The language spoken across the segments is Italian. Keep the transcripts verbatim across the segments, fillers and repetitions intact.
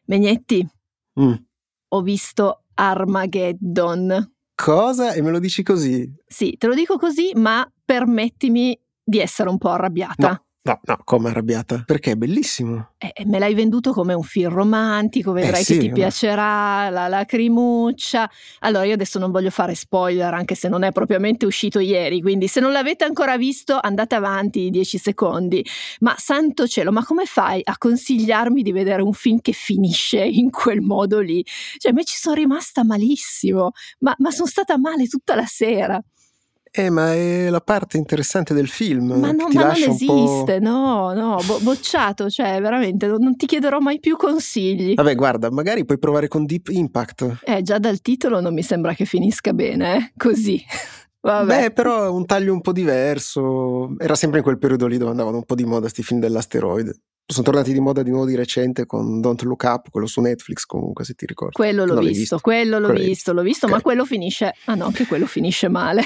Megnetti, Mm. ho visto Armageddon. Cosa? E me lo dici così? Sì, te lo dico così, ma permettimi di essere un po' arrabbiata. No, no, no, come arrabbiata? Perché è bellissimo. Eh, me l'hai venduto come un film romantico, vedrai Eh sì, che ti ma- piacerà, la lacrimuccia. Allora, io adesso non voglio fare spoiler, anche se non è propriamente uscito ieri, quindi se non l'avete ancora visto andate avanti dieci secondi. Ma santo cielo, ma come fai a consigliarmi di vedere un film che finisce in quel modo lì? Cioè, me ci sono rimasta malissimo, ma, ma sono stata male tutta la sera. Eh, ma è la parte interessante del film, Ma, che no, ti ma non lascia un po'... esiste, no, no, bo- bocciato, cioè veramente non, non ti chiederò mai più consigli. Vabbè, guarda, magari puoi provare con Deep Impact. Eh, già dal titolo non mi sembra che finisca bene, eh? Così. Vabbè. Beh, però è un taglio un po' diverso. Era sempre in quel periodo lì dove andavano un po' di moda sti film dell'asteroide. Sono tornati di moda di nuovo di recente con Don't Look Up, quello su Netflix comunque, se ti ricordi. Quello Che l'ho non l'hai visto, quello l'ho Quello l'hai visto, l'ho visto, Ok. ma quello finisce... Ah no, anche quello finisce male.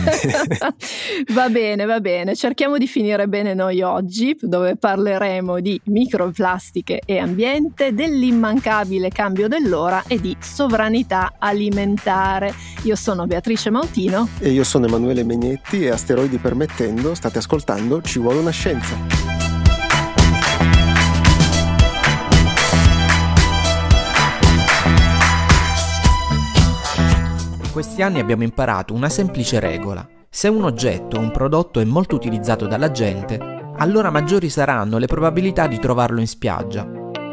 Va bene, va bene. Cerchiamo di finire bene noi oggi, dove parleremo di microplastiche e ambiente, dell'immancabile cambio dell'ora e di sovranità alimentare. Io sono Beatrice Mautino. E io sono Emanuele Megnetti e asteroidi permettendo state ascoltando Ci vuole una scienza. In questi anni abbiamo imparato una semplice regola. Se un oggetto o un prodotto è molto utilizzato dalla gente, allora maggiori saranno le probabilità di trovarlo in spiaggia.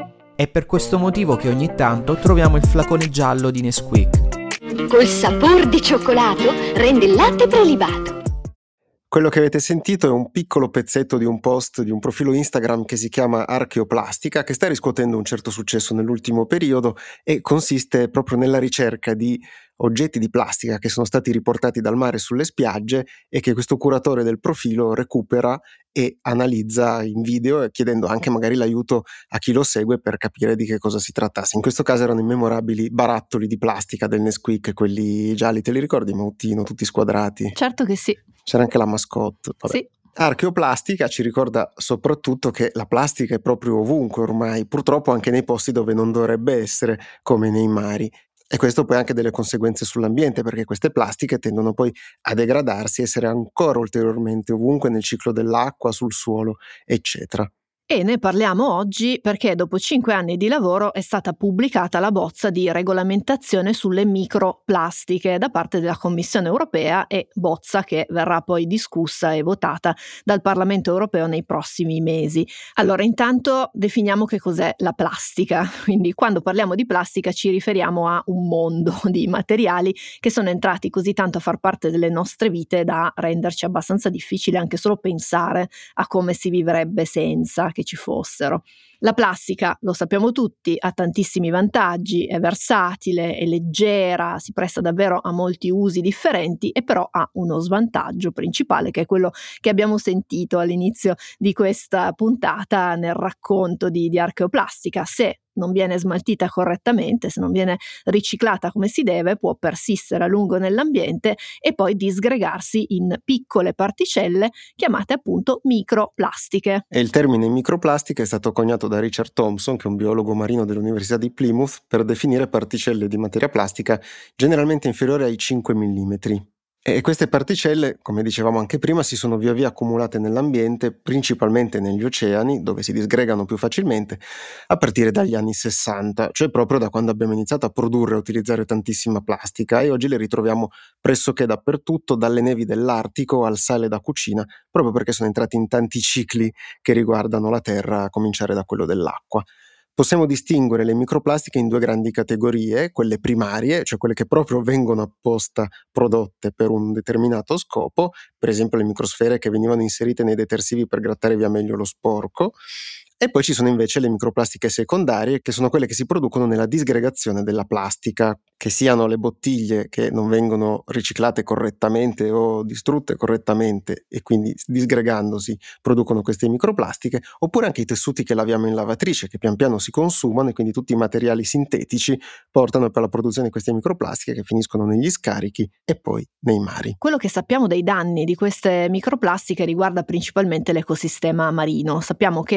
È per questo motivo che ogni tanto troviamo il flacone giallo di Nesquik. Col sapore di cioccolato rende il latte prelibato. Quello che avete sentito è un piccolo pezzetto di un post di un profilo Instagram che si chiama Archeoplastica, che sta riscuotendo un certo successo nell'ultimo periodo e consiste proprio nella ricerca di oggetti di plastica che sono stati riportati dal mare sulle spiagge e che questo curatore del profilo recupera e analizza in video, chiedendo anche magari l'aiuto a chi lo segue per capire di che cosa si trattasse. In questo caso erano i memorabili barattoli di plastica del Nesquik, quelli gialli, te li ricordi, Mautino, tutti squadrati? Certo che sì. C'era anche la mascotte. Vabbè. Sì. Archeoplastica ci ricorda soprattutto che la plastica è proprio ovunque ormai, purtroppo anche nei posti dove non dovrebbe essere, come nei mari. E questo poi ha anche delle conseguenze sull'ambiente, perché queste plastiche tendono poi a degradarsi e essere ancora ulteriormente ovunque nel ciclo dell'acqua, sul suolo, eccetera. E ne parliamo oggi perché dopo cinque anni di lavoro è stata pubblicata la bozza di regolamentazione sulle microplastiche da parte della Commissione europea, e bozza che verrà poi discussa e votata dal Parlamento europeo nei prossimi mesi. Allora, intanto definiamo che cos'è la plastica. Quindi quando parliamo di plastica ci riferiamo a un mondo di materiali che sono entrati così tanto a far parte delle nostre vite da renderci abbastanza difficile anche solo pensare a come si vivrebbe senza che ci fossero. La plastica, lo sappiamo tutti, ha tantissimi vantaggi, è versatile, è leggera, si presta davvero a molti usi differenti, e però ha uno svantaggio principale, che è quello che abbiamo sentito all'inizio di questa puntata nel racconto di, di Archeoplastica. Se non viene smaltita correttamente, se non viene riciclata come si deve, può persistere a lungo nell'ambiente e poi disgregarsi in piccole particelle chiamate appunto microplastiche. E il termine microplastica è stato coniato da Richard Thompson, che è un biologo marino dell'Università di Plymouth, per definire particelle di materia plastica generalmente inferiori ai cinque millimetri. E queste particelle, come dicevamo anche prima, si sono via via accumulate nell'ambiente, principalmente negli oceani, dove si disgregano più facilmente, a partire dagli anni sessanta, cioè proprio da quando abbiamo iniziato a produrre e a utilizzare tantissima plastica, e oggi le ritroviamo pressoché dappertutto, dalle nevi dell'Artico al sale da cucina, proprio perché sono entrati in tanti cicli che riguardano la Terra, a cominciare da quello dell'acqua. Possiamo distinguere le microplastiche in due grandi categorie, quelle primarie, cioè quelle che proprio vengono apposta prodotte per un determinato scopo, per esempio le microsfere che venivano inserite nei detersivi per grattare via meglio lo sporco, e poi ci sono invece le microplastiche secondarie, che sono quelle che si producono nella disgregazione della plastica, che siano le bottiglie che non vengono riciclate correttamente o distrutte correttamente e quindi disgregandosi producono queste microplastiche, oppure anche i tessuti che laviamo in lavatrice, che pian piano si consumano e quindi tutti i materiali sintetici portano per la produzione di queste microplastiche che finiscono negli scarichi e poi nei mari. Quello che sappiamo dei danni di queste microplastiche riguarda principalmente l'ecosistema marino. Sappiamo che vanno a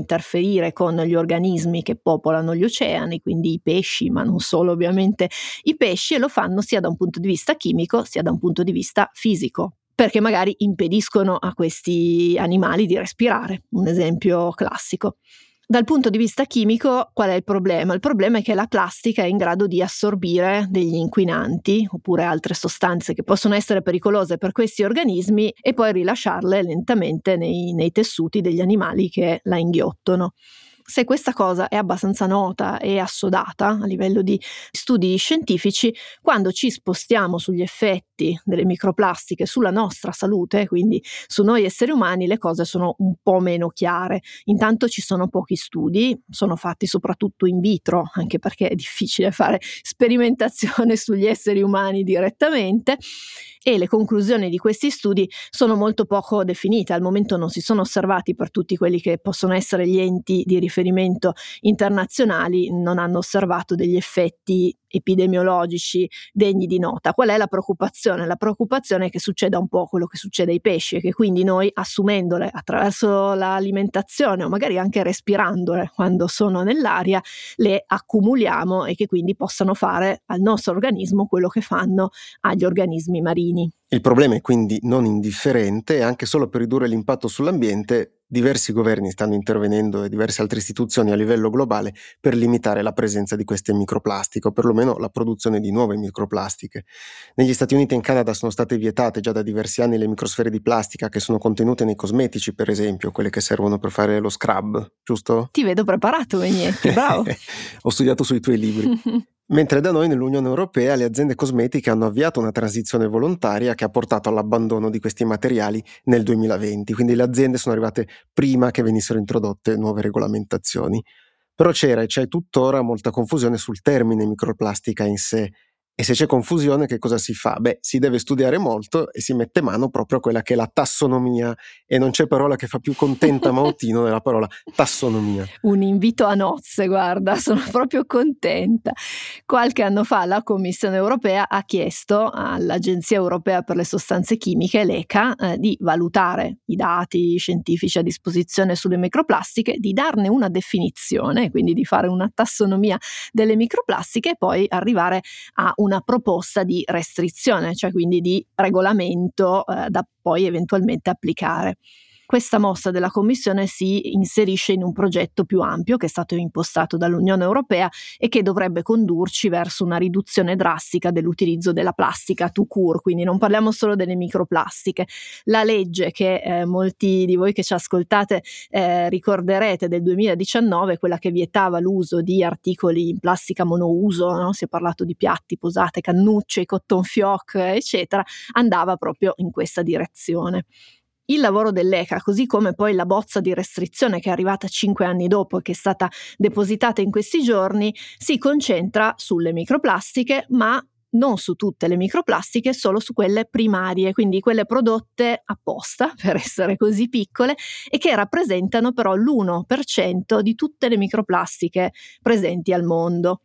interferire con gli organismi che popolano gli oceani, quindi i pesci, ma non solo ovviamente i pesci, e lo fanno sia da un punto di vista chimico sia da un punto di vista fisico, perché magari impediscono a questi animali di respirare, un esempio classico. Dal punto di vista chimico, qual è il problema? Il problema è che la plastica è in grado di assorbire degli inquinanti oppure altre sostanze che possono essere pericolose per questi organismi e poi rilasciarle lentamente nei, nei tessuti degli animali che la inghiottono. Se questa cosa è abbastanza nota e assodata a livello di studi scientifici, quando ci spostiamo sugli effetti delle microplastiche sulla nostra salute, quindi su noi esseri umani, le cose sono un po' meno chiare. Intanto ci sono pochi studi, sono fatti soprattutto in vitro, anche perché è difficile fare sperimentazione sugli esseri umani direttamente, e le conclusioni di questi studi sono molto poco definite. Al momento non si sono osservati per tutti quelli che possono essere gli enti di riferimento internazionali, non hanno osservato degli effetti epidemiologici degni di nota. Qual è la preoccupazione? La preoccupazione è che succeda un po' quello che succede ai pesci e che quindi noi, assumendole attraverso l'alimentazione o magari anche respirandole quando sono nell'aria, le accumuliamo e che quindi possano fare al nostro organismo quello che fanno agli organismi marini. Il problema è quindi non indifferente e anche solo per ridurre l'impatto sull'ambiente diversi governi stanno intervenendo e diverse altre istituzioni a livello globale per limitare la presenza di queste microplastiche o perlomeno la produzione di nuove microplastiche. Negli Stati Uniti e in Canada sono state vietate già da diversi anni le microsfere di plastica che sono contenute nei cosmetici, per esempio, quelle che servono per fare lo scrub, giusto? Ti vedo preparato, Megnetti, bravo! Ho studiato sui tuoi libri. Mentre da noi nell'Unione Europea le aziende cosmetiche hanno avviato una transizione volontaria che ha portato all'abbandono di questi materiali nel duemilaventi, quindi le aziende sono arrivate prima che venissero introdotte nuove regolamentazioni. Però c'era e c'è tuttora molta confusione sul termine microplastica in sé. E se c'è confusione, che cosa si fa? Beh, si deve studiare molto e si mette mano proprio a quella che è la tassonomia, e non c'è parola che fa più contenta Mautino della parola tassonomia. Un invito a nozze, guarda, sono proprio contenta. Qualche anno fa la Commissione Europea ha chiesto all'Agenzia Europea per le Sostanze Chimiche, l'E C A, eh, di valutare i dati scientifici a disposizione sulle microplastiche, di darne una definizione, quindi di fare una tassonomia delle microplastiche e poi arrivare a un una proposta di restrizione, cioè quindi di regolamento eh, da poi eventualmente applicare. Questa mossa della Commissione si inserisce in un progetto più ampio che è stato impostato dall'Unione Europea e che dovrebbe condurci verso una riduzione drastica dell'utilizzo della plastica tout court, quindi non parliamo solo delle microplastiche. La legge che eh, molti di voi che ci ascoltate eh, ricorderete del duemiladiciannove, quella che vietava l'uso di articoli in plastica monouso, no? Si è parlato di piatti, posate, cannucce, cotton fioc, eccetera, andava proprio in questa direzione. Il lavoro dell'E C A, così come poi la bozza di restrizione che è arrivata cinque anni dopo e che è stata depositata in questi giorni, si concentra sulle microplastiche, ma non su tutte le microplastiche, solo su quelle primarie, quindi quelle prodotte apposta per essere così piccole e che rappresentano però l'uno per cento di tutte le microplastiche presenti al mondo.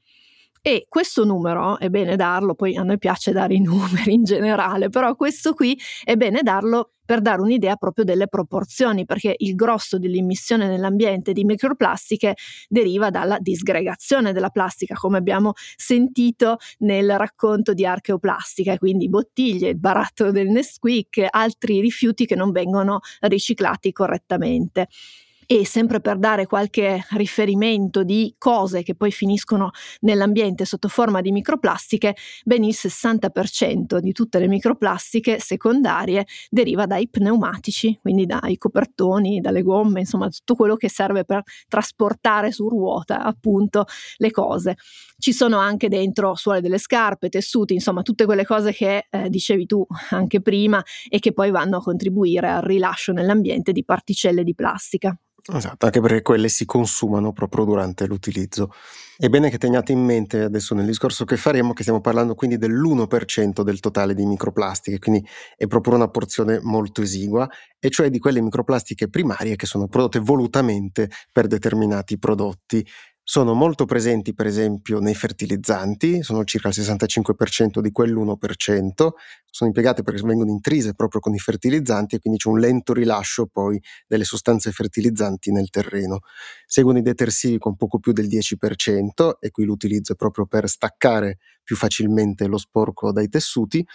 E questo numero, è bene darlo, poi a noi piace dare i numeri in generale, però questo qui è bene darlo per dare un'idea proprio delle proporzioni, perché il grosso dell'immissione nell'ambiente di microplastiche deriva dalla disgregazione della plastica, come abbiamo sentito nel racconto di Archeoplastica, quindi bottiglie, il barattolo del Nesquik, altri rifiuti che non vengono riciclati correttamente. E sempre per dare qualche riferimento di cose che poi finiscono nell'ambiente sotto forma di microplastiche, ben il sessanta per cento di tutte le microplastiche secondarie deriva dai pneumatici, quindi dai copertoni, dalle gomme, insomma tutto quello che serve per trasportare su ruota appunto le cose. Ci sono anche dentro suole delle scarpe, tessuti, insomma tutte quelle cose che eh, dicevi tu anche prima e che poi vanno a contribuire al rilascio nell'ambiente di particelle di plastica. Esatto, anche perché quelle si consumano proprio durante l'utilizzo. È bene che teniate in mente adesso nel discorso che faremo che stiamo parlando quindi dell'uno per cento del totale di microplastiche, quindi è proprio una porzione molto esigua, e cioè di quelle microplastiche primarie che sono prodotte volutamente per determinati prodotti. Sono molto presenti per esempio nei fertilizzanti, sono circa il sessantacinque per cento di quell'uno per cento, sono impiegate perché vengono intrise proprio con i fertilizzanti e quindi c'è un lento rilascio poi delle sostanze fertilizzanti nel terreno. Seguono i detersivi con poco più del dieci per cento e qui l'utilizzo è proprio per staccare più facilmente lo sporco dai tessuti.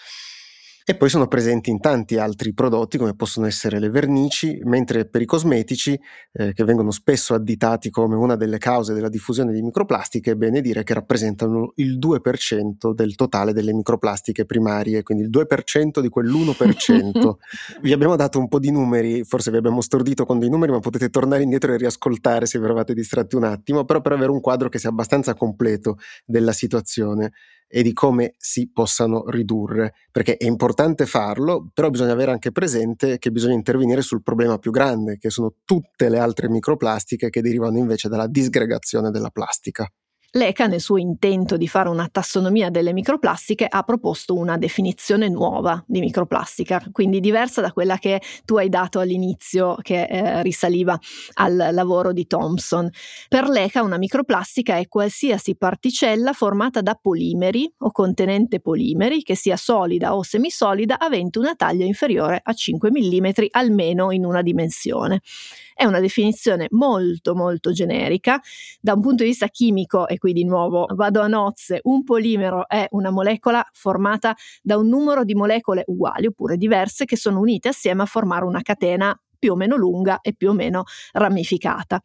E poi sono presenti in tanti altri prodotti come possono essere le vernici, mentre per i cosmetici, eh, che vengono spesso additati come una delle cause della diffusione di microplastiche, è bene dire che rappresentano il due per cento del totale delle microplastiche primarie, quindi il due per cento di quell'uno per cento. Vi abbiamo dato un po' di numeri, forse vi abbiamo stordito con dei numeri, ma potete tornare indietro e riascoltare se vi eravate distratti un attimo, però per avere un quadro che sia abbastanza completo della situazione e di come si possano ridurre, perché è importante farlo, però bisogna avere anche presente che bisogna intervenire sul problema più grande, che sono tutte le altre microplastiche che derivano invece dalla disgregazione della plastica. L'E C A, nel suo intento di fare una tassonomia delle microplastiche, ha proposto una definizione nuova di microplastica, quindi diversa da quella che tu hai dato all'inizio, che eh, risaliva al lavoro di Thomson. Per l'E C A una microplastica è qualsiasi particella formata da polimeri o contenente polimeri, che sia solida o semisolida, avente una taglia inferiore a cinque millimetri almeno in una dimensione. È una definizione molto molto generica. Da un punto di vista chimico, e qui di nuovo vado a nozze, un polimero è una molecola formata da un numero di molecole uguali oppure diverse che sono unite assieme a formare una catena più o meno lunga e più o meno ramificata.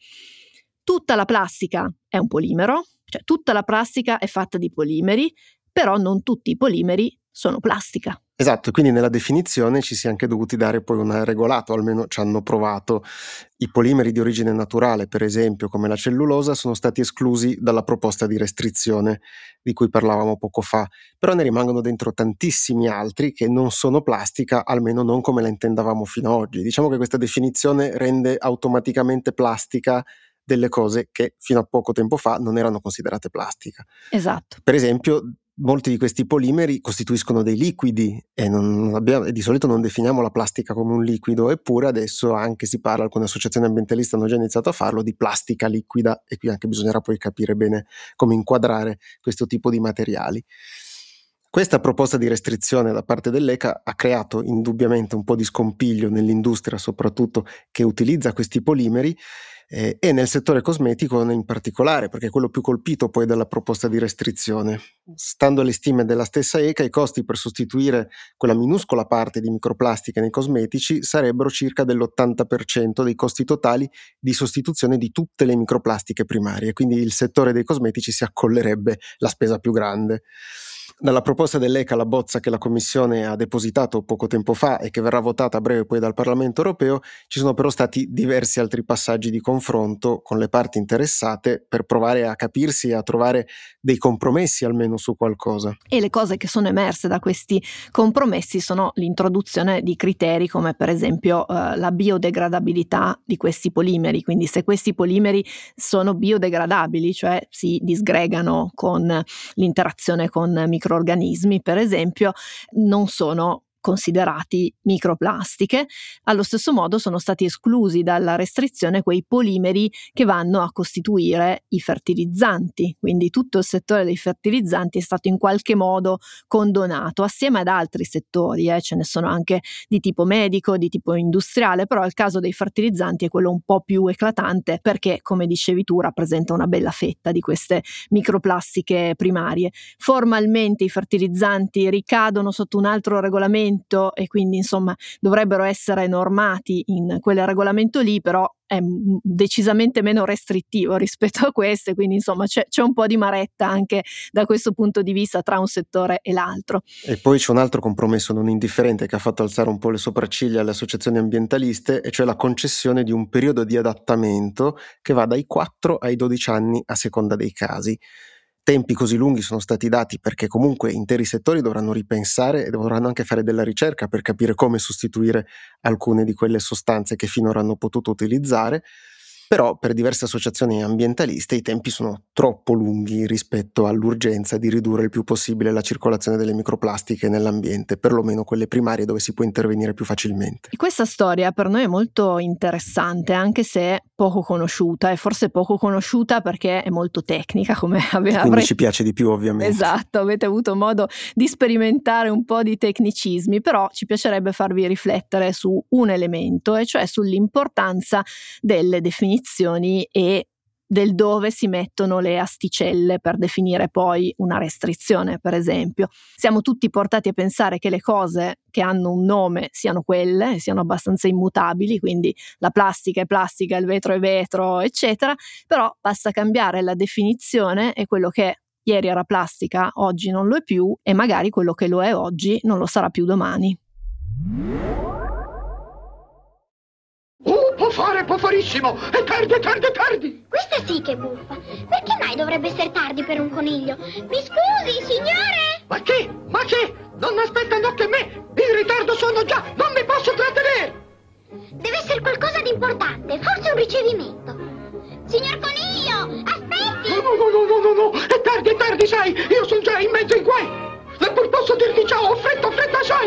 Tutta la plastica è un polimero, cioè tutta la plastica è fatta di polimeri, però non tutti i polimeri sono plastica. Esatto, quindi nella definizione ci si è anche dovuti dare poi un regolato, almeno ci hanno provato. I polimeri di origine naturale, per esempio, come la cellulosa, sono stati esclusi dalla proposta di restrizione di cui parlavamo poco fa, però ne rimangono dentro tantissimi altri che non sono plastica, almeno non come la intendavamo fino ad oggi. Diciamo che questa definizione rende automaticamente plastica delle cose che fino a poco tempo fa non erano considerate plastica. Esatto. Per esempio, molti di questi polimeri costituiscono dei liquidi e, non abbiamo, e di solito non definiamo la plastica come un liquido, eppure adesso anche si parla, alcune associazioni ambientaliste hanno già iniziato a farlo, di plastica liquida, e qui anche bisognerà poi capire bene come inquadrare questo tipo di materiali. Questa proposta di restrizione da parte dell'E C A ha creato indubbiamente un po' di scompiglio nell'industria, soprattutto che utilizza questi polimeri, eh, e nel settore cosmetico in particolare, perché è quello più colpito poi dalla proposta di restrizione. Stando alle stime della stessa E C A, i costi per sostituire quella minuscola parte di microplastiche nei cosmetici sarebbero circa dell'ottanta per cento dei costi totali di sostituzione di tutte le microplastiche primarie, quindi il settore dei cosmetici si accollerebbe la spesa più grande. Dalla proposta dell'E C A, la bozza che la Commissione ha depositato poco tempo fa e che verrà votata a breve poi dal Parlamento europeo, ci sono però stati diversi altri passaggi di confronto con le parti interessate per provare a capirsi e a trovare dei compromessi almeno su qualcosa. E le cose che sono emerse da questi compromessi sono l'introduzione di criteri come per esempio eh, la biodegradabilità di questi polimeri, quindi se questi polimeri sono biodegradabili, cioè si disgregano con l'interazione con microrganismi, per esempio, non sono considerati microplastiche. Allo stesso modo sono stati esclusi dalla restrizione quei polimeri che vanno a costituire i fertilizzanti, quindi tutto il settore dei fertilizzanti è stato in qualche modo condonato, assieme ad altri settori, eh, ce ne sono anche di tipo medico, di tipo industriale, però il caso dei fertilizzanti è quello un po' più eclatante perché, come dicevi tu, rappresenta una bella fetta di queste microplastiche primarie. Formalmente i fertilizzanti ricadono sotto un altro regolamento e quindi insomma dovrebbero essere normati in quel regolamento lì, però è decisamente meno restrittivo rispetto a queste, quindi insomma c'è, c'è un po' di maretta anche da questo punto di vista tra un settore e l'altro. E poi c'è un altro compromesso non indifferente che ha fatto alzare un po' le sopracciglia alle associazioni ambientaliste, e cioè la concessione di un periodo di adattamento che va dai quattro ai dodici anni a seconda dei casi. Tempi così lunghi sono stati dati perché comunque interi settori dovranno ripensare e dovranno anche fare della ricerca per capire come sostituire alcune di quelle sostanze che finora hanno potuto utilizzare, Però per diverse associazioni ambientaliste i tempi sono troppo lunghi rispetto all'urgenza di ridurre il più possibile la circolazione delle microplastiche nell'ambiente, perlomeno quelle primarie dove si può intervenire più facilmente. E questa storia per noi è molto interessante, anche se poco conosciuta, e forse poco conosciuta perché è molto tecnica, come aveva. Quindi avrei... ci piace di più, ovviamente. Esatto, avete avuto modo di sperimentare un po' di tecnicismi, però ci piacerebbe farvi riflettere su un elemento, e cioè sull'importanza delle definizioni e del dove si mettono le asticelle per definire poi una restrizione, per esempio. Siamo tutti portati a pensare che le cose che hanno un nome siano quelle, siano abbastanza immutabili, quindi la plastica è plastica, il vetro è vetro, eccetera, però basta cambiare la definizione e quello che ieri era plastica oggi non lo è più, e magari quello che lo è oggi non lo sarà più domani. Uh, può fare, può farissimo! È tardi, è tardi, è tardi! Questa sì che buffa! Perché mai dovrebbe essere tardi per un coniglio? Mi scusi, signore! Ma che? Ma che? Non aspettano che me! In ritardo sono già! Non mi posso trattenere! Deve essere qualcosa di importante, forse un ricevimento. Signor coniglio, aspetti! No, no, no, no, no, no! È tardi, è tardi, sai! Io sono già in mezzo ai guai! Neppur posso dirti ciao, ho fretta, ho fretta, sai!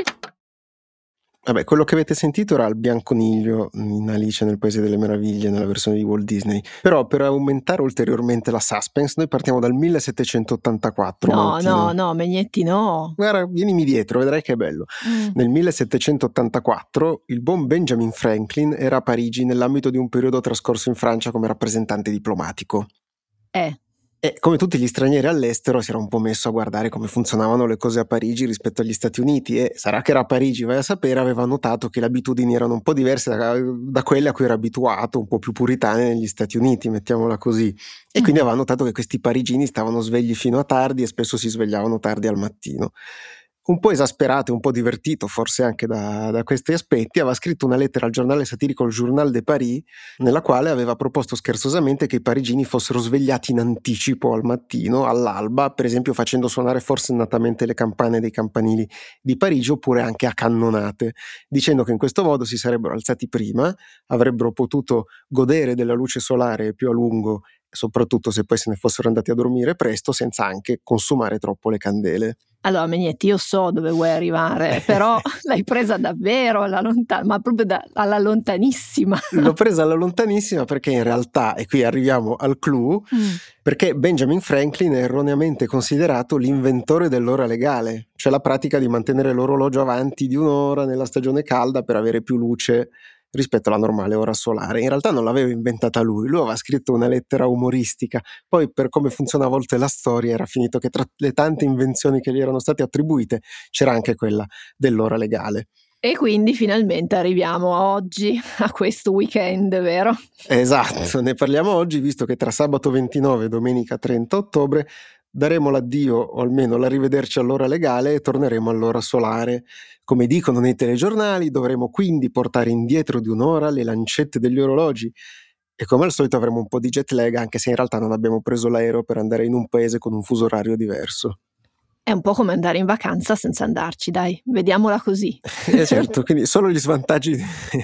Vabbè, quello che avete sentito era il bianconiglio in Alice nel Paese delle Meraviglie, nella versione di Walt Disney. Però per aumentare ulteriormente la suspense noi partiamo dal millesettecentottantaquattro. No, Martina. no, no, Megnetti no. Guarda, vienimi dietro, vedrai che è bello. Mm. Nel millesettecentottantaquattro il buon Benjamin Franklin era a Parigi nell'ambito di un periodo trascorso in Francia come rappresentante diplomatico. Eh. E come tutti gli stranieri all'estero si era un po' messo a guardare come funzionavano le cose a Parigi rispetto agli Stati Uniti, e sarà che era a Parigi, vai a sapere, aveva notato che le abitudini erano un po' diverse da, da quelle a cui era abituato, un po' più puritane negli Stati Uniti, mettiamola così. E quindi aveva notato che questi parigini stavano svegli fino a tardi e spesso si svegliavano tardi al mattino. Un po' esasperato e un po' divertito forse anche da, da questi aspetti, aveva scritto una lettera al giornale satirico Il Journal de Paris, nella quale aveva proposto scherzosamente che i parigini fossero svegliati in anticipo al mattino, all'alba, per esempio facendo suonare forsennatamente le campane dei campanili di Parigi, oppure anche a cannonate, dicendo che in questo modo si sarebbero alzati prima, avrebbero potuto godere della luce solare più a lungo, soprattutto se poi se ne fossero andati a dormire presto, senza anche consumare troppo le candele. Allora Megnetti, io so dove vuoi arrivare, però l'hai presa davvero alla lontana, ma proprio da, alla lontanissima. L'ho presa alla lontanissima perché in realtà, e qui arriviamo al clou, mm. perché Benjamin Franklin è erroneamente considerato l'inventore dell'ora legale, cioè la pratica di mantenere l'orologio avanti di un'ora nella stagione calda per avere più luce rispetto alla normale ora solare. In realtà non l'aveva inventata lui, lui aveva scritto una lettera umoristica, poi per come funziona a volte la storia era finito che tra le tante invenzioni che gli erano state attribuite c'era anche quella dell'ora legale. E quindi finalmente arriviamo a oggi, a questo weekend, vero? Esatto, ne parliamo oggi, visto che tra sabato ventinove e domenica trenta ottobre daremo l'addio o almeno l'arrivederci all'ora legale e torneremo all'ora solare. Come dicono nei telegiornali, dovremo quindi portare indietro di un'ora le lancette degli orologi e come al solito avremo un po' di jet lag, anche se in realtà non abbiamo preso l'aereo per andare in un paese con un fuso orario diverso. È un po' come andare in vacanza senza andarci, dai, vediamola così. Eh certo, quindi solo gli svantaggi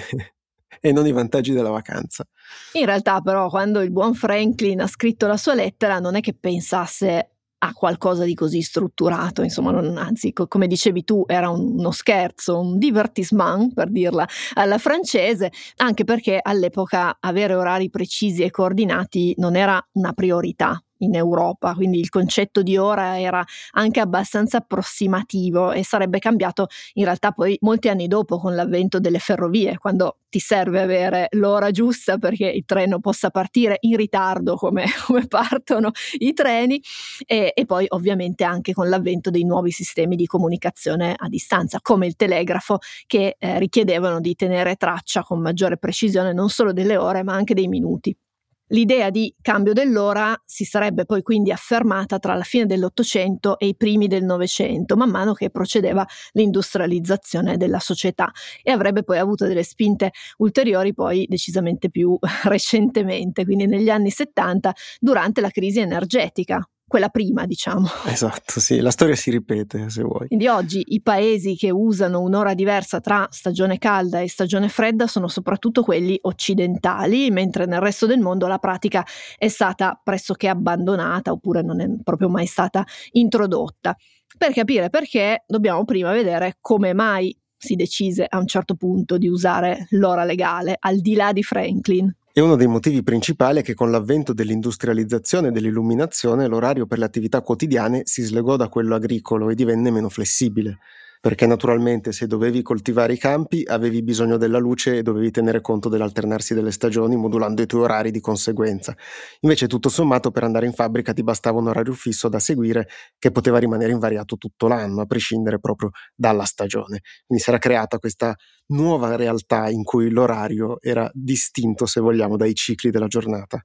e non i vantaggi della vacanza. In realtà però quando il buon Franklin ha scritto la sua lettera non è che pensasse a qualcosa di così strutturato, insomma, non, anzi, co- come dicevi tu, era un, uno scherzo, un divertissement, per dirla alla francese, anche perché all'epoca avere orari precisi e coordinati non era una priorità in Europa, quindi il concetto di ora era anche abbastanza approssimativo e sarebbe cambiato in realtà poi molti anni dopo con l'avvento delle ferrovie, quando ti serve avere l'ora giusta perché il treno possa partire in ritardo come, come partono i treni e, e poi ovviamente anche con l'avvento dei nuovi sistemi di comunicazione a distanza come il telegrafo che eh, richiedevano di tenere traccia con maggiore precisione non solo delle ore ma anche dei minuti. L'idea di cambio dell'ora si sarebbe poi quindi affermata tra la fine dell'Ottocento e i primi del Novecento, man mano che procedeva l'industrializzazione della società, e avrebbe poi avuto delle spinte ulteriori poi decisamente più recentemente, quindi negli anni settanta, durante la crisi energetica, quella prima, diciamo. Esatto, sì, la storia si ripete, se vuoi. Quindi oggi i paesi che usano un'ora diversa tra stagione calda e stagione fredda sono soprattutto quelli occidentali, mentre nel resto del mondo la pratica è stata pressoché abbandonata oppure non è proprio mai stata introdotta. Per capire perché dobbiamo prima vedere come mai si decise a un certo punto di usare l'ora legale, al di là di Franklin. E uno dei motivi principali è che con l'avvento dell'industrializzazione e dell'illuminazione l'orario per le attività quotidiane si slegò da quello agricolo e divenne meno flessibile, perché naturalmente se dovevi coltivare i campi avevi bisogno della luce e dovevi tenere conto dell'alternarsi delle stagioni modulando i tuoi orari di conseguenza. Invece tutto sommato per andare in fabbrica ti bastava un orario fisso da seguire che poteva rimanere invariato tutto l'anno, a prescindere proprio dalla stagione. Quindi si era creata questa nuova realtà in cui l'orario era distinto, se vogliamo, dai cicli della giornata.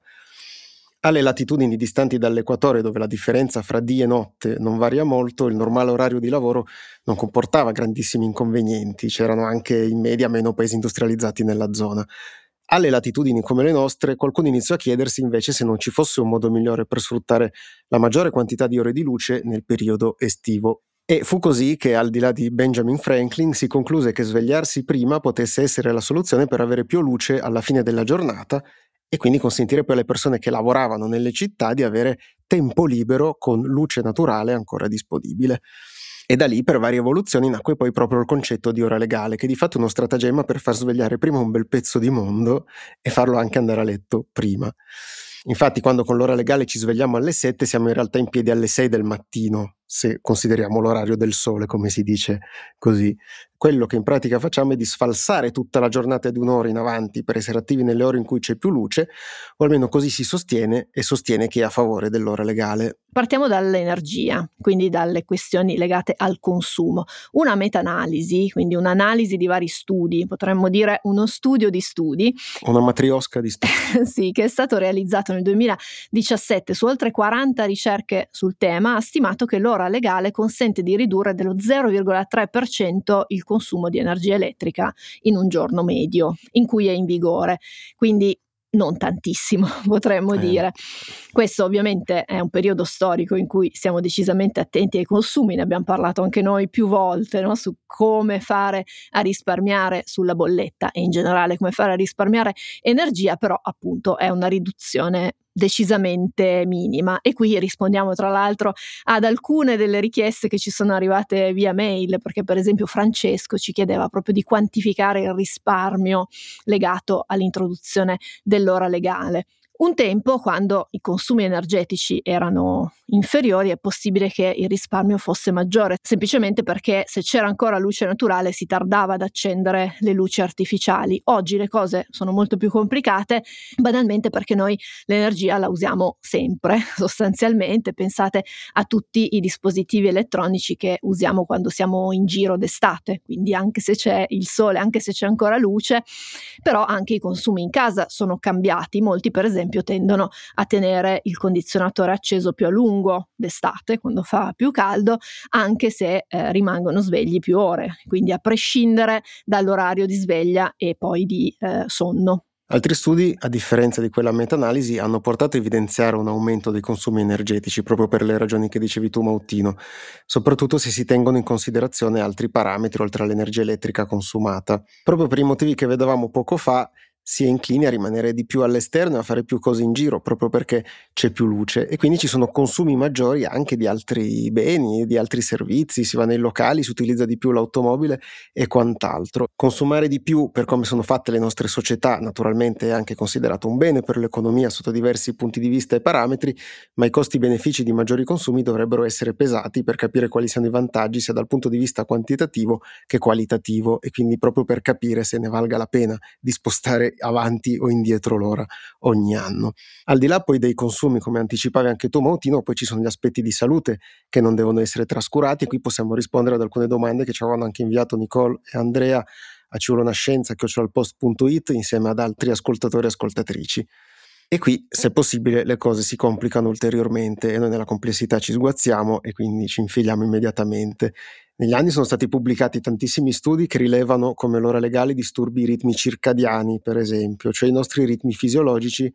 Alle latitudini distanti dall'equatore, dove la differenza fra dì e notte non varia molto, il normale orario di lavoro non comportava grandissimi inconvenienti, c'erano anche in media meno paesi industrializzati nella zona. Alle latitudini come le nostre, qualcuno iniziò a chiedersi invece se non ci fosse un modo migliore per sfruttare la maggiore quantità di ore di luce nel periodo estivo. E fu così che, al di là di Benjamin Franklin, si concluse che svegliarsi prima potesse essere la soluzione per avere più luce alla fine della giornata e quindi consentire poi alle persone che lavoravano nelle città di avere tempo libero con luce naturale ancora disponibile. E da lì, per varie evoluzioni, nacque poi proprio il concetto di ora legale, che di fatto è uno stratagemma per far svegliare prima un bel pezzo di mondo e farlo anche andare a letto prima. Infatti, quando con l'ora legale ci svegliamo alle sette, siamo in realtà in piedi alle sei del mattino, se consideriamo l'orario del sole, come si dice così. Quello che in pratica facciamo è di sfalsare tutta la giornata di un'ora in avanti per essere attivi nelle ore in cui c'è più luce, o almeno così si sostiene e sostiene chi è a favore dell'ora legale. Partiamo dall'energia, quindi dalle questioni legate al consumo. Una meta-analisi, quindi un'analisi di vari studi, potremmo dire uno studio di studi. Una matriosca di studi. Sì, che è stato realizzato nel duemiladiciassette su oltre quaranta ricerche sul tema, ha stimato che l'ora legale consente di ridurre dello zero virgola tre per cento il consumo di energia elettrica in un giorno medio in cui è in vigore. Quindi non tantissimo, potremmo eh. dire. Questo ovviamente è un periodo storico in cui siamo decisamente attenti ai consumi, ne abbiamo parlato anche noi più volte, no? Su come fare a risparmiare sulla bolletta e in generale come fare a risparmiare energia, però appunto è una riduzione decisamente minima. E qui rispondiamo tra l'altro ad alcune delle richieste che ci sono arrivate via mail, perché per esempio Francesco ci chiedeva proprio di quantificare il risparmio legato all'introduzione dell'ora legale. Un tempo, quando i consumi energetici erano inferiori, è possibile che il risparmio fosse maggiore, semplicemente perché se c'era ancora luce naturale si tardava ad accendere le luci artificiali. Oggi le cose sono molto più complicate, banalmente perché noi l'energia la usiamo sempre, sostanzialmente. Pensate a tutti i dispositivi elettronici che usiamo quando siamo in giro d'estate, quindi anche se c'è il sole, anche se c'è ancora luce, però anche i consumi in casa sono cambiati. Molti, per esempio, tendono a tenere il condizionatore acceso più a lungo d'estate, quando fa più caldo, anche se eh, rimangono svegli più ore, quindi a prescindere dall'orario di sveglia e poi di eh, sonno. Altri studi, a differenza di quella meta-analisi, hanno portato a evidenziare un aumento dei consumi energetici, proprio per le ragioni che dicevi tu, Mautino, soprattutto se si tengono in considerazione altri parametri oltre all'energia elettrica consumata. Proprio per i motivi che vedevamo poco fa, si è inclini a rimanere di più all'esterno e a fare più cose in giro, proprio perché c'è più luce, e quindi ci sono consumi maggiori anche di altri beni, di altri servizi, si va nei locali, si utilizza di più l'automobile e quant'altro. Consumare di più, per come sono fatte le nostre società, naturalmente è anche considerato un bene per l'economia sotto diversi punti di vista e parametri, ma i costi-benefici di maggiori consumi dovrebbero essere pesati per capire quali siano i vantaggi sia dal punto di vista quantitativo che qualitativo, e quindi proprio per capire se ne valga la pena di spostare avanti o indietro l'ora ogni anno. Al di là poi dei consumi, come anticipavi anche tu, Mautino, poi ci sono gli aspetti di salute che non devono essere trascurati, e qui possiamo rispondere ad alcune domande che ci avevano anche inviato Nicole e Andrea a ciulonascienza chiocciola il post punto it insieme ad altri ascoltatori e ascoltatrici. E qui, se possibile, le cose si complicano ulteriormente e noi nella complessità ci sguazziamo e quindi ci infiliamo immediatamente. Negli anni sono stati pubblicati tantissimi studi che rilevano come l'ora legale disturbi i ritmi circadiani, per esempio, cioè i nostri ritmi fisiologici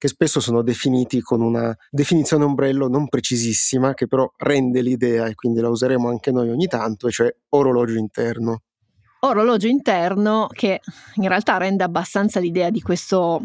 che spesso sono definiti con una definizione ombrello non precisissima, che però rende l'idea, e quindi la useremo anche noi ogni tanto, e cioè orologio interno. Orologio interno che in realtà rende abbastanza l'idea di questo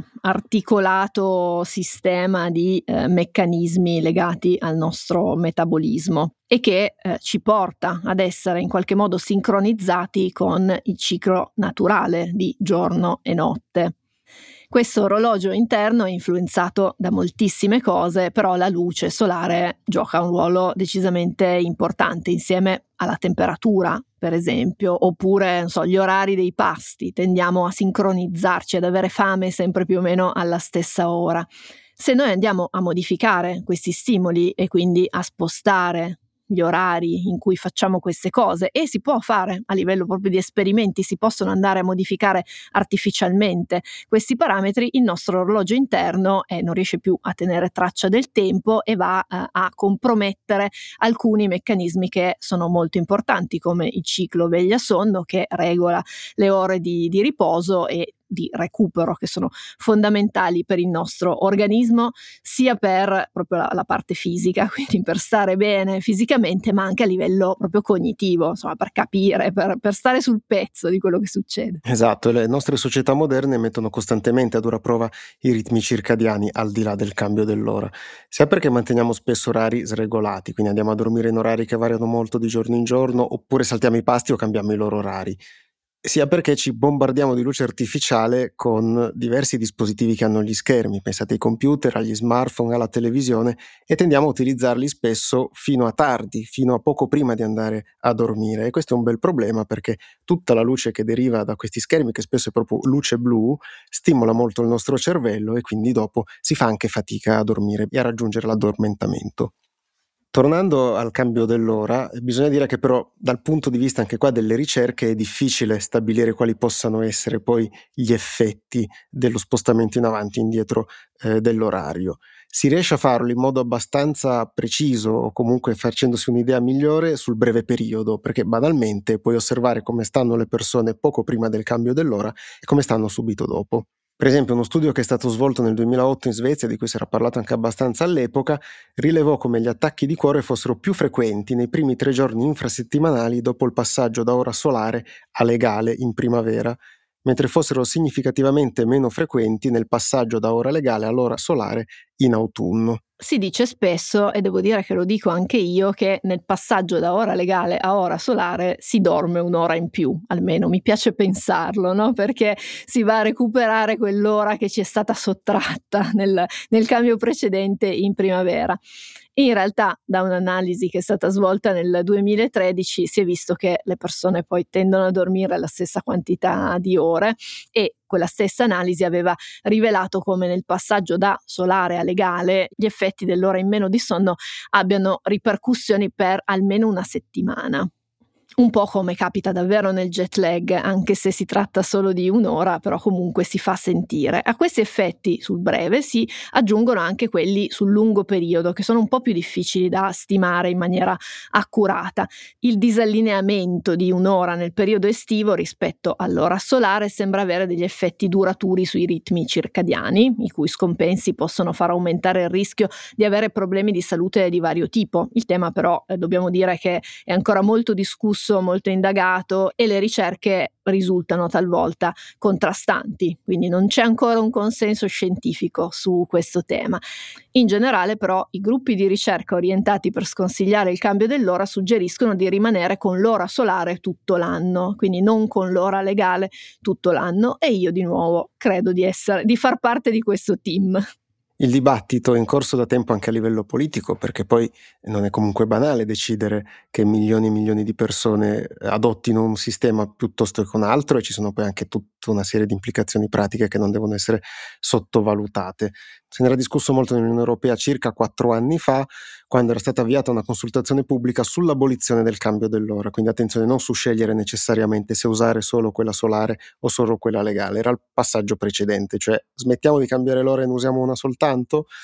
articolato sistema di eh, meccanismi legati al nostro metabolismo e che eh, ci porta ad essere in qualche modo sincronizzati con il ciclo naturale di giorno e notte. Questo orologio interno è influenzato da moltissime cose, però la luce solare gioca un ruolo decisamente importante insieme alla temperatura, per esempio, oppure non so, gli orari dei pasti. Tendiamo a sincronizzarci, ad avere fame sempre più o meno alla stessa ora. Se noi andiamo a modificare questi stimoli e quindi a spostare gli orari in cui facciamo queste cose, e si può fare a livello proprio di esperimenti, si possono andare a modificare artificialmente questi parametri, il nostro orologio interno eh, non riesce più a tenere traccia del tempo e va eh, a compromettere alcuni meccanismi che sono molto importanti, come il ciclo veglia-sonno, che regola le ore di, di riposo e di recupero, che sono fondamentali per il nostro organismo, sia per proprio la, la parte fisica, quindi per stare bene fisicamente, ma anche a livello proprio cognitivo, insomma, per capire, per, per stare sul pezzo di quello che succede. Esatto, le nostre società moderne mettono costantemente a dura prova i ritmi circadiani, al di là del cambio dell'ora, sia perché manteniamo spesso orari sregolati, quindi andiamo a dormire in orari che variano molto di giorno in giorno, oppure saltiamo i pasti o cambiamo i loro orari, sia perché ci bombardiamo di luce artificiale con diversi dispositivi che hanno gli schermi, pensate ai computer, agli smartphone, alla televisione, e tendiamo a utilizzarli spesso fino a tardi, fino a poco prima di andare a dormire. E questo è un bel problema, perché tutta la luce che deriva da questi schermi, che spesso è proprio luce blu, stimola molto il nostro cervello e quindi dopo si fa anche fatica a dormire e a raggiungere l'addormentamento. Tornando al cambio dell'ora, bisogna dire che però dal punto di vista anche qua delle ricerche è difficile stabilire quali possano essere poi gli effetti dello spostamento in avanti e indietro eh, dell'orario. Si riesce a farlo in modo abbastanza preciso, o comunque facendosi un'idea migliore sul breve periodo, perché banalmente puoi osservare come stanno le persone poco prima del cambio dell'ora e come stanno subito dopo. Per esempio, uno studio che è stato svolto nel duemilaotto in Svezia, di cui si era parlato anche abbastanza all'epoca, rilevò come gli attacchi di cuore fossero più frequenti nei primi tre giorni infrasettimanali dopo il passaggio da ora solare a legale in primavera, mentre fossero significativamente meno frequenti nel passaggio da ora legale all'ora solare in autunno. Si dice spesso, e devo dire che lo dico anche io, che nel passaggio da ora legale a ora solare si dorme un'ora in più, almeno mi piace pensarlo, no? Perché si va a recuperare quell'ora che ci è stata sottratta nel, nel cambio precedente in primavera. In realtà, da un'analisi che è stata svolta nel duemilatredici, si è visto che le persone poi tendono a dormire la stessa quantità di ore, e quella stessa analisi aveva rivelato come nel passaggio da solare a legale gli effetti dell'ora in meno di sonno abbiano ripercussioni per almeno una settimana. Un po' come capita davvero nel jet lag, anche se si tratta solo di un'ora, però comunque si fa sentire. A questi effetti sul breve si aggiungono anche quelli sul lungo periodo, che sono un po' più difficili da stimare in maniera accurata. Il disallineamento di un'ora nel periodo estivo rispetto all'ora solare sembra avere degli effetti duraturi sui ritmi circadiani, i cui scompensi possono far aumentare il rischio di avere problemi di salute di vario tipo. Il tema però, eh, dobbiamo dire che è ancora molto discusso, molto indagato, e le ricerche risultano talvolta contrastanti, quindi non c'è ancora un consenso scientifico su questo tema. In generale però i gruppi di ricerca orientati per sconsigliare il cambio dell'ora suggeriscono di rimanere con l'ora solare tutto l'anno, quindi non con l'ora legale tutto l'anno, e io di nuovo credo di essere, di far parte di questo team. Il dibattito è in corso da tempo anche a livello politico, perché poi non è comunque banale decidere che milioni e milioni di persone adottino un sistema piuttosto che un altro, e ci sono poi anche tutta una serie di implicazioni pratiche che non devono essere sottovalutate. Se ne era discusso molto nell'Unione Europea circa quattro anni fa, quando era stata avviata una consultazione pubblica sull'abolizione del cambio dell'ora, quindi attenzione, non su scegliere necessariamente se usare solo quella solare o solo quella legale, era il passaggio precedente, cioè smettiamo di cambiare l'ora e ne usiamo una soltanto.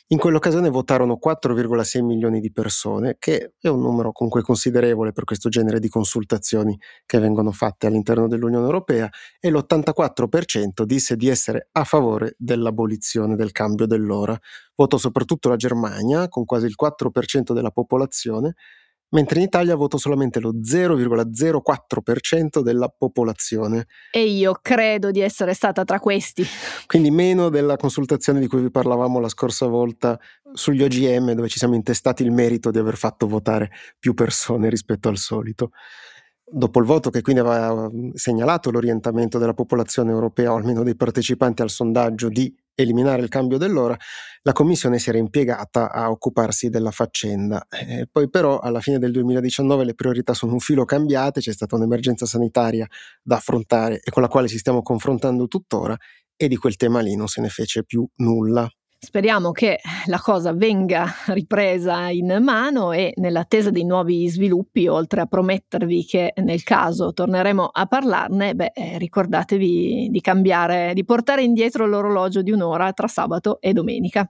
In quell'occasione votarono quattro virgola sei milioni di persone, che è un numero comunque considerevole per questo genere di consultazioni che vengono fatte all'interno dell'Unione Europea, e l'ottantaquattro per cento disse di essere a favore dell'abolizione del cambio dell'ora. Votò soprattutto la Germania, con quasi il quattro per cento della popolazione, mentre in Italia votò solamente lo zero virgola zero quattro per cento della popolazione. E io credo di essere stata tra questi. Quindi meno della consultazione di cui vi parlavamo la scorsa volta sugli O G M, dove ci siamo intestati il merito di aver fatto votare più persone rispetto al solito. Dopo il voto, che quindi aveva segnalato l'orientamento della popolazione europea, o almeno dei partecipanti al sondaggio, di eliminare il cambio dell'ora, la Commissione si era impiegata a occuparsi della faccenda. E poi però alla fine del duemiladiciannove le priorità sono un filo cambiate, c'è stata un'emergenza sanitaria da affrontare e con la quale ci stiamo confrontando tuttora, e di quel tema lì non se ne fece più nulla. Speriamo che la cosa venga ripresa in mano e, nell'attesa dei nuovi sviluppi, oltre a promettervi che nel caso torneremo a parlarne, beh, ricordatevi di cambiare, di portare indietro l'orologio di un'ora tra sabato e domenica.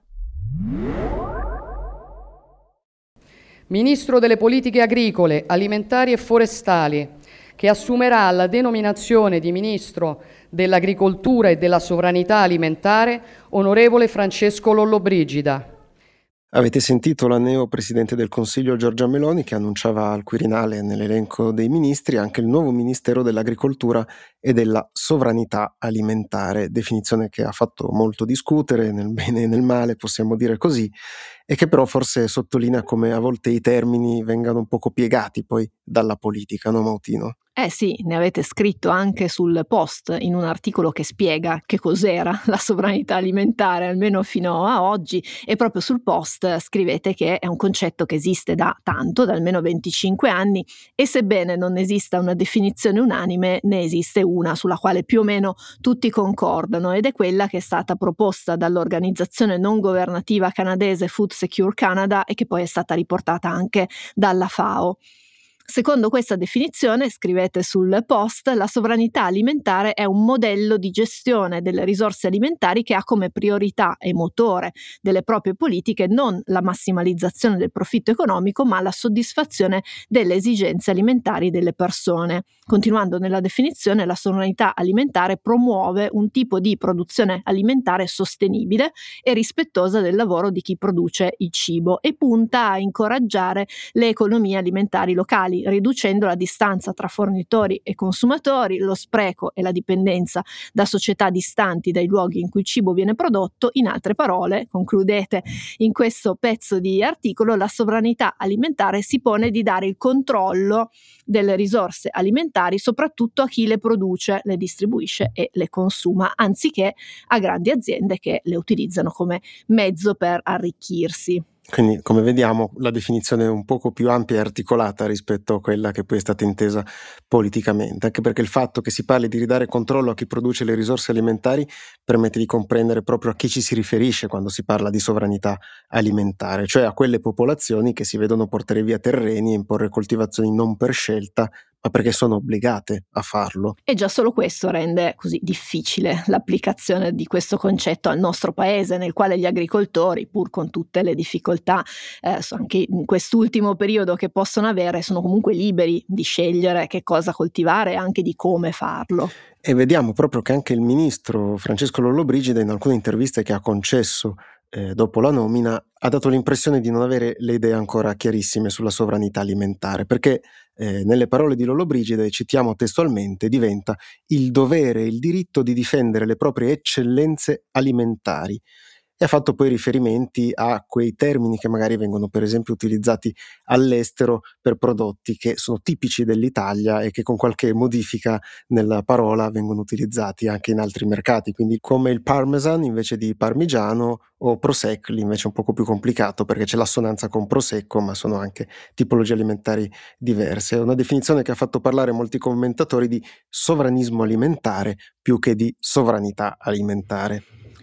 Ministro delle Politiche Agricole, Alimentari e Forestali, che assumerà la denominazione di Ministro dell'Agricoltura e della Sovranità Alimentare, onorevole Francesco Lollobrigida. Avete sentito la neo Presidente del Consiglio Giorgia Meloni, che annunciava al Quirinale, nell'elenco dei ministri, anche il nuovo Ministero dell'Agricoltura e della Sovranità Alimentare, definizione che ha fatto molto discutere, nel bene e nel male, possiamo dire così, e che però forse sottolinea come a volte i termini vengano un poco piegati poi dalla politica, no Mautino? Eh sì, ne avete scritto anche sul Post, in un articolo che spiega che cos'era la sovranità alimentare, almeno fino a oggi, e proprio sul Post scrivete che è un concetto che esiste da tanto, da almeno venticinque anni, e sebbene non esista una definizione unanime, ne esiste una sulla quale più o meno tutti concordano, ed è quella che è stata proposta dall'organizzazione non governativa canadese Food Secure Canada e che poi è stata riportata anche dalla FAO. Secondo questa definizione, scrivete sul Post, la sovranità alimentare è un modello di gestione delle risorse alimentari che ha come priorità e motore delle proprie politiche non la massimalizzazione del profitto economico, ma la soddisfazione delle esigenze alimentari delle persone. Continuando nella definizione, la sovranità alimentare promuove un tipo di produzione alimentare sostenibile e rispettosa del lavoro di chi produce il cibo e punta a incoraggiare le economie alimentari locali, riducendo la distanza tra fornitori e consumatori, lo spreco e la dipendenza da società distanti dai luoghi in cui il cibo viene prodotto. In altre parole, concludete in questo pezzo di articolo, la sovranità alimentare si pone di dare il controllo delle risorse alimentari soprattutto a chi le produce, le distribuisce e le consuma, anziché a grandi aziende che le utilizzano come mezzo per arricchirsi. Quindi, come vediamo, la definizione è un poco più ampia e articolata rispetto a quella che poi è stata intesa politicamente, anche perché il fatto che si parli di ridare controllo a chi produce le risorse alimentari permette di comprendere proprio a chi ci si riferisce quando si parla di sovranità alimentare, cioè a quelle popolazioni che si vedono portare via terreni e imporre coltivazioni non per scelta, ma perché sono obbligate a farlo. E già solo questo rende così difficile l'applicazione di questo concetto al nostro paese, nel quale gli agricoltori, pur con tutte le difficoltà eh, anche in quest'ultimo periodo che possono avere, sono comunque liberi di scegliere che cosa coltivare e anche di come farlo. E vediamo proprio che anche il ministro Francesco Lollobrigida, in alcune interviste che ha concesso eh, dopo la nomina, ha dato l'impressione di non avere le idee ancora chiarissime sulla sovranità alimentare, perché eh, nelle parole di Lollobrigida, citiamo testualmente, diventa il dovere e il diritto di difendere le proprie eccellenze alimentari. E ha fatto poi riferimenti a quei termini che magari vengono per esempio utilizzati all'estero per prodotti che sono tipici dell'Italia e che con qualche modifica nella parola vengono utilizzati anche in altri mercati, quindi come il parmesan invece di parmigiano o prosecco, lì invece è un poco più complicato perché c'è l'assonanza con prosecco, ma sono anche tipologie alimentari diverse. È una definizione che ha fatto parlare molti commentatori di sovranismo alimentare più che di sovranità alimentare.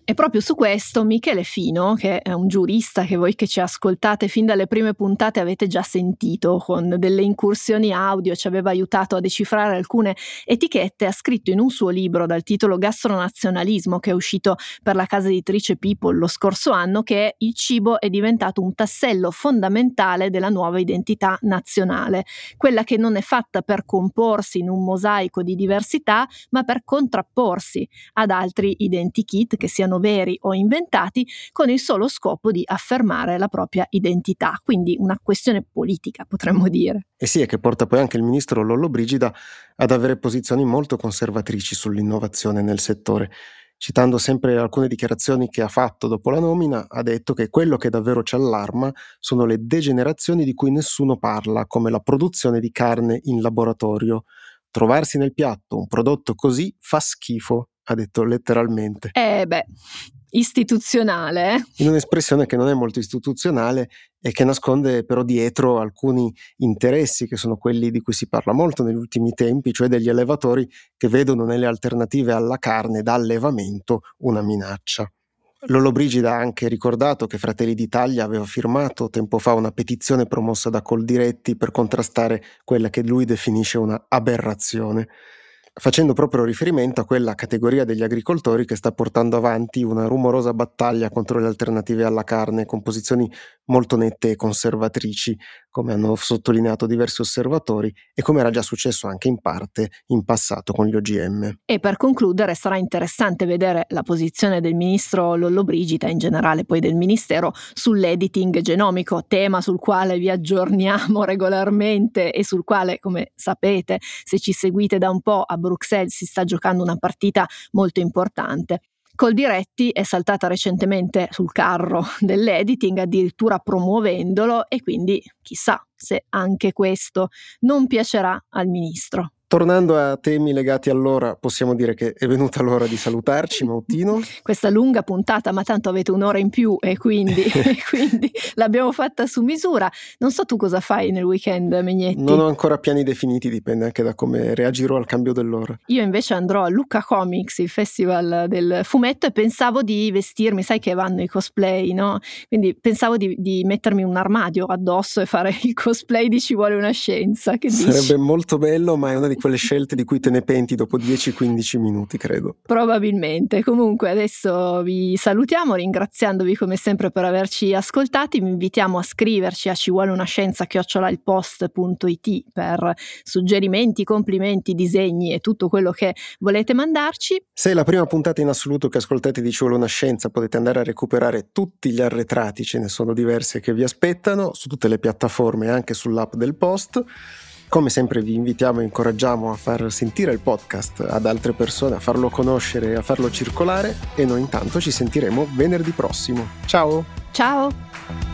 E proprio su questo Michele Fino, che è un giurista che voi che ci ascoltate fin dalle prime puntate avete già sentito, con delle incursioni audio ci aveva aiutato a decifrare alcune etichette, ha scritto in un suo libro dal titolo Gastronazionalismo, che è uscito per la casa editrice People lo scorso anno, che il cibo è diventato un tassello fondamentale della nuova identità nazionale, quella che non è fatta per comporsi in un mosaico di diversità, ma per contrapporsi ad altri identikit, che siano veri o inventati, con il solo scopo di affermare la propria identità. Quindi una questione politica, potremmo dire. E sì, è che porta poi anche il ministro Lollobrigida ad avere posizioni molto conservatrici sull'innovazione nel settore. Citando sempre alcune dichiarazioni che ha fatto dopo la nomina, ha detto che quello che davvero ci allarma sono le degenerazioni di cui nessuno parla, come la produzione di carne in laboratorio. Trovarsi nel piatto un prodotto così fa schifo, ha detto letteralmente. Eh beh, istituzionale, eh? In un'espressione che non è molto istituzionale e che nasconde però dietro alcuni interessi, che sono quelli di cui si parla molto negli ultimi tempi, cioè degli allevatori che vedono nelle alternative alla carne da allevamento una minaccia. Lollobrigida ha anche ricordato che Fratelli d'Italia aveva firmato tempo fa una petizione promossa da Coldiretti per contrastare quella che lui definisce una aberrazione, facendo proprio riferimento a quella categoria degli agricoltori che sta portando avanti una rumorosa battaglia contro le alternative alla carne, con posizioni molto nette e conservatrici, come hanno sottolineato diversi osservatori e come era già successo anche in parte in passato con gli O G M. E per concludere sarà interessante vedere la posizione del ministro Lollobrigida, in generale poi del ministero, sull'editing genomico, tema sul quale vi aggiorniamo regolarmente e sul quale, come sapete, se ci seguite da un po', a Bruxelles si sta giocando una partita molto importante. Coldiretti è saltata recentemente sul carro dell'editing, addirittura promuovendolo, e quindi chissà se anche questo non piacerà al ministro. Tornando a temi legati all'ora, possiamo dire che è venuta l'ora di salutarci, Mautino. Questa lunga puntata, ma tanto avete un'ora in più e quindi, quindi l'abbiamo fatta su misura. Non so tu cosa fai nel weekend, Megnetti? Non ho ancora piani definiti, dipende anche da come reagirò al cambio dell'ora. Io invece andrò a Lucca Comics, il festival del fumetto, e pensavo di vestirmi, sai che vanno i cosplay, no? Quindi pensavo di, di mettermi un armadio addosso e fare il cosplay di Ci vuole una scienza. Che dici? Sarebbe molto bello, ma è una di quelle scelte di cui te ne penti dopo dieci quindici minuti, credo. Probabilmente. Comunque adesso vi salutiamo ringraziandovi come sempre per averci ascoltati. Vi invitiamo a scriverci a ci vuole una scienza chiocciola il post punto it per suggerimenti, complimenti, disegni e tutto quello che volete mandarci. Se è la prima puntata in assoluto che ascoltate di Ci vuole una scienza, potete andare a recuperare tutti gli arretrati, ce ne sono diverse che vi aspettano su tutte le piattaforme e anche sull'app del Post. Come sempre vi invitiamo e incoraggiamo a far sentire il podcast ad altre persone, a farlo conoscere e a farlo circolare, e noi intanto ci sentiremo venerdì prossimo. Ciao! Ciao!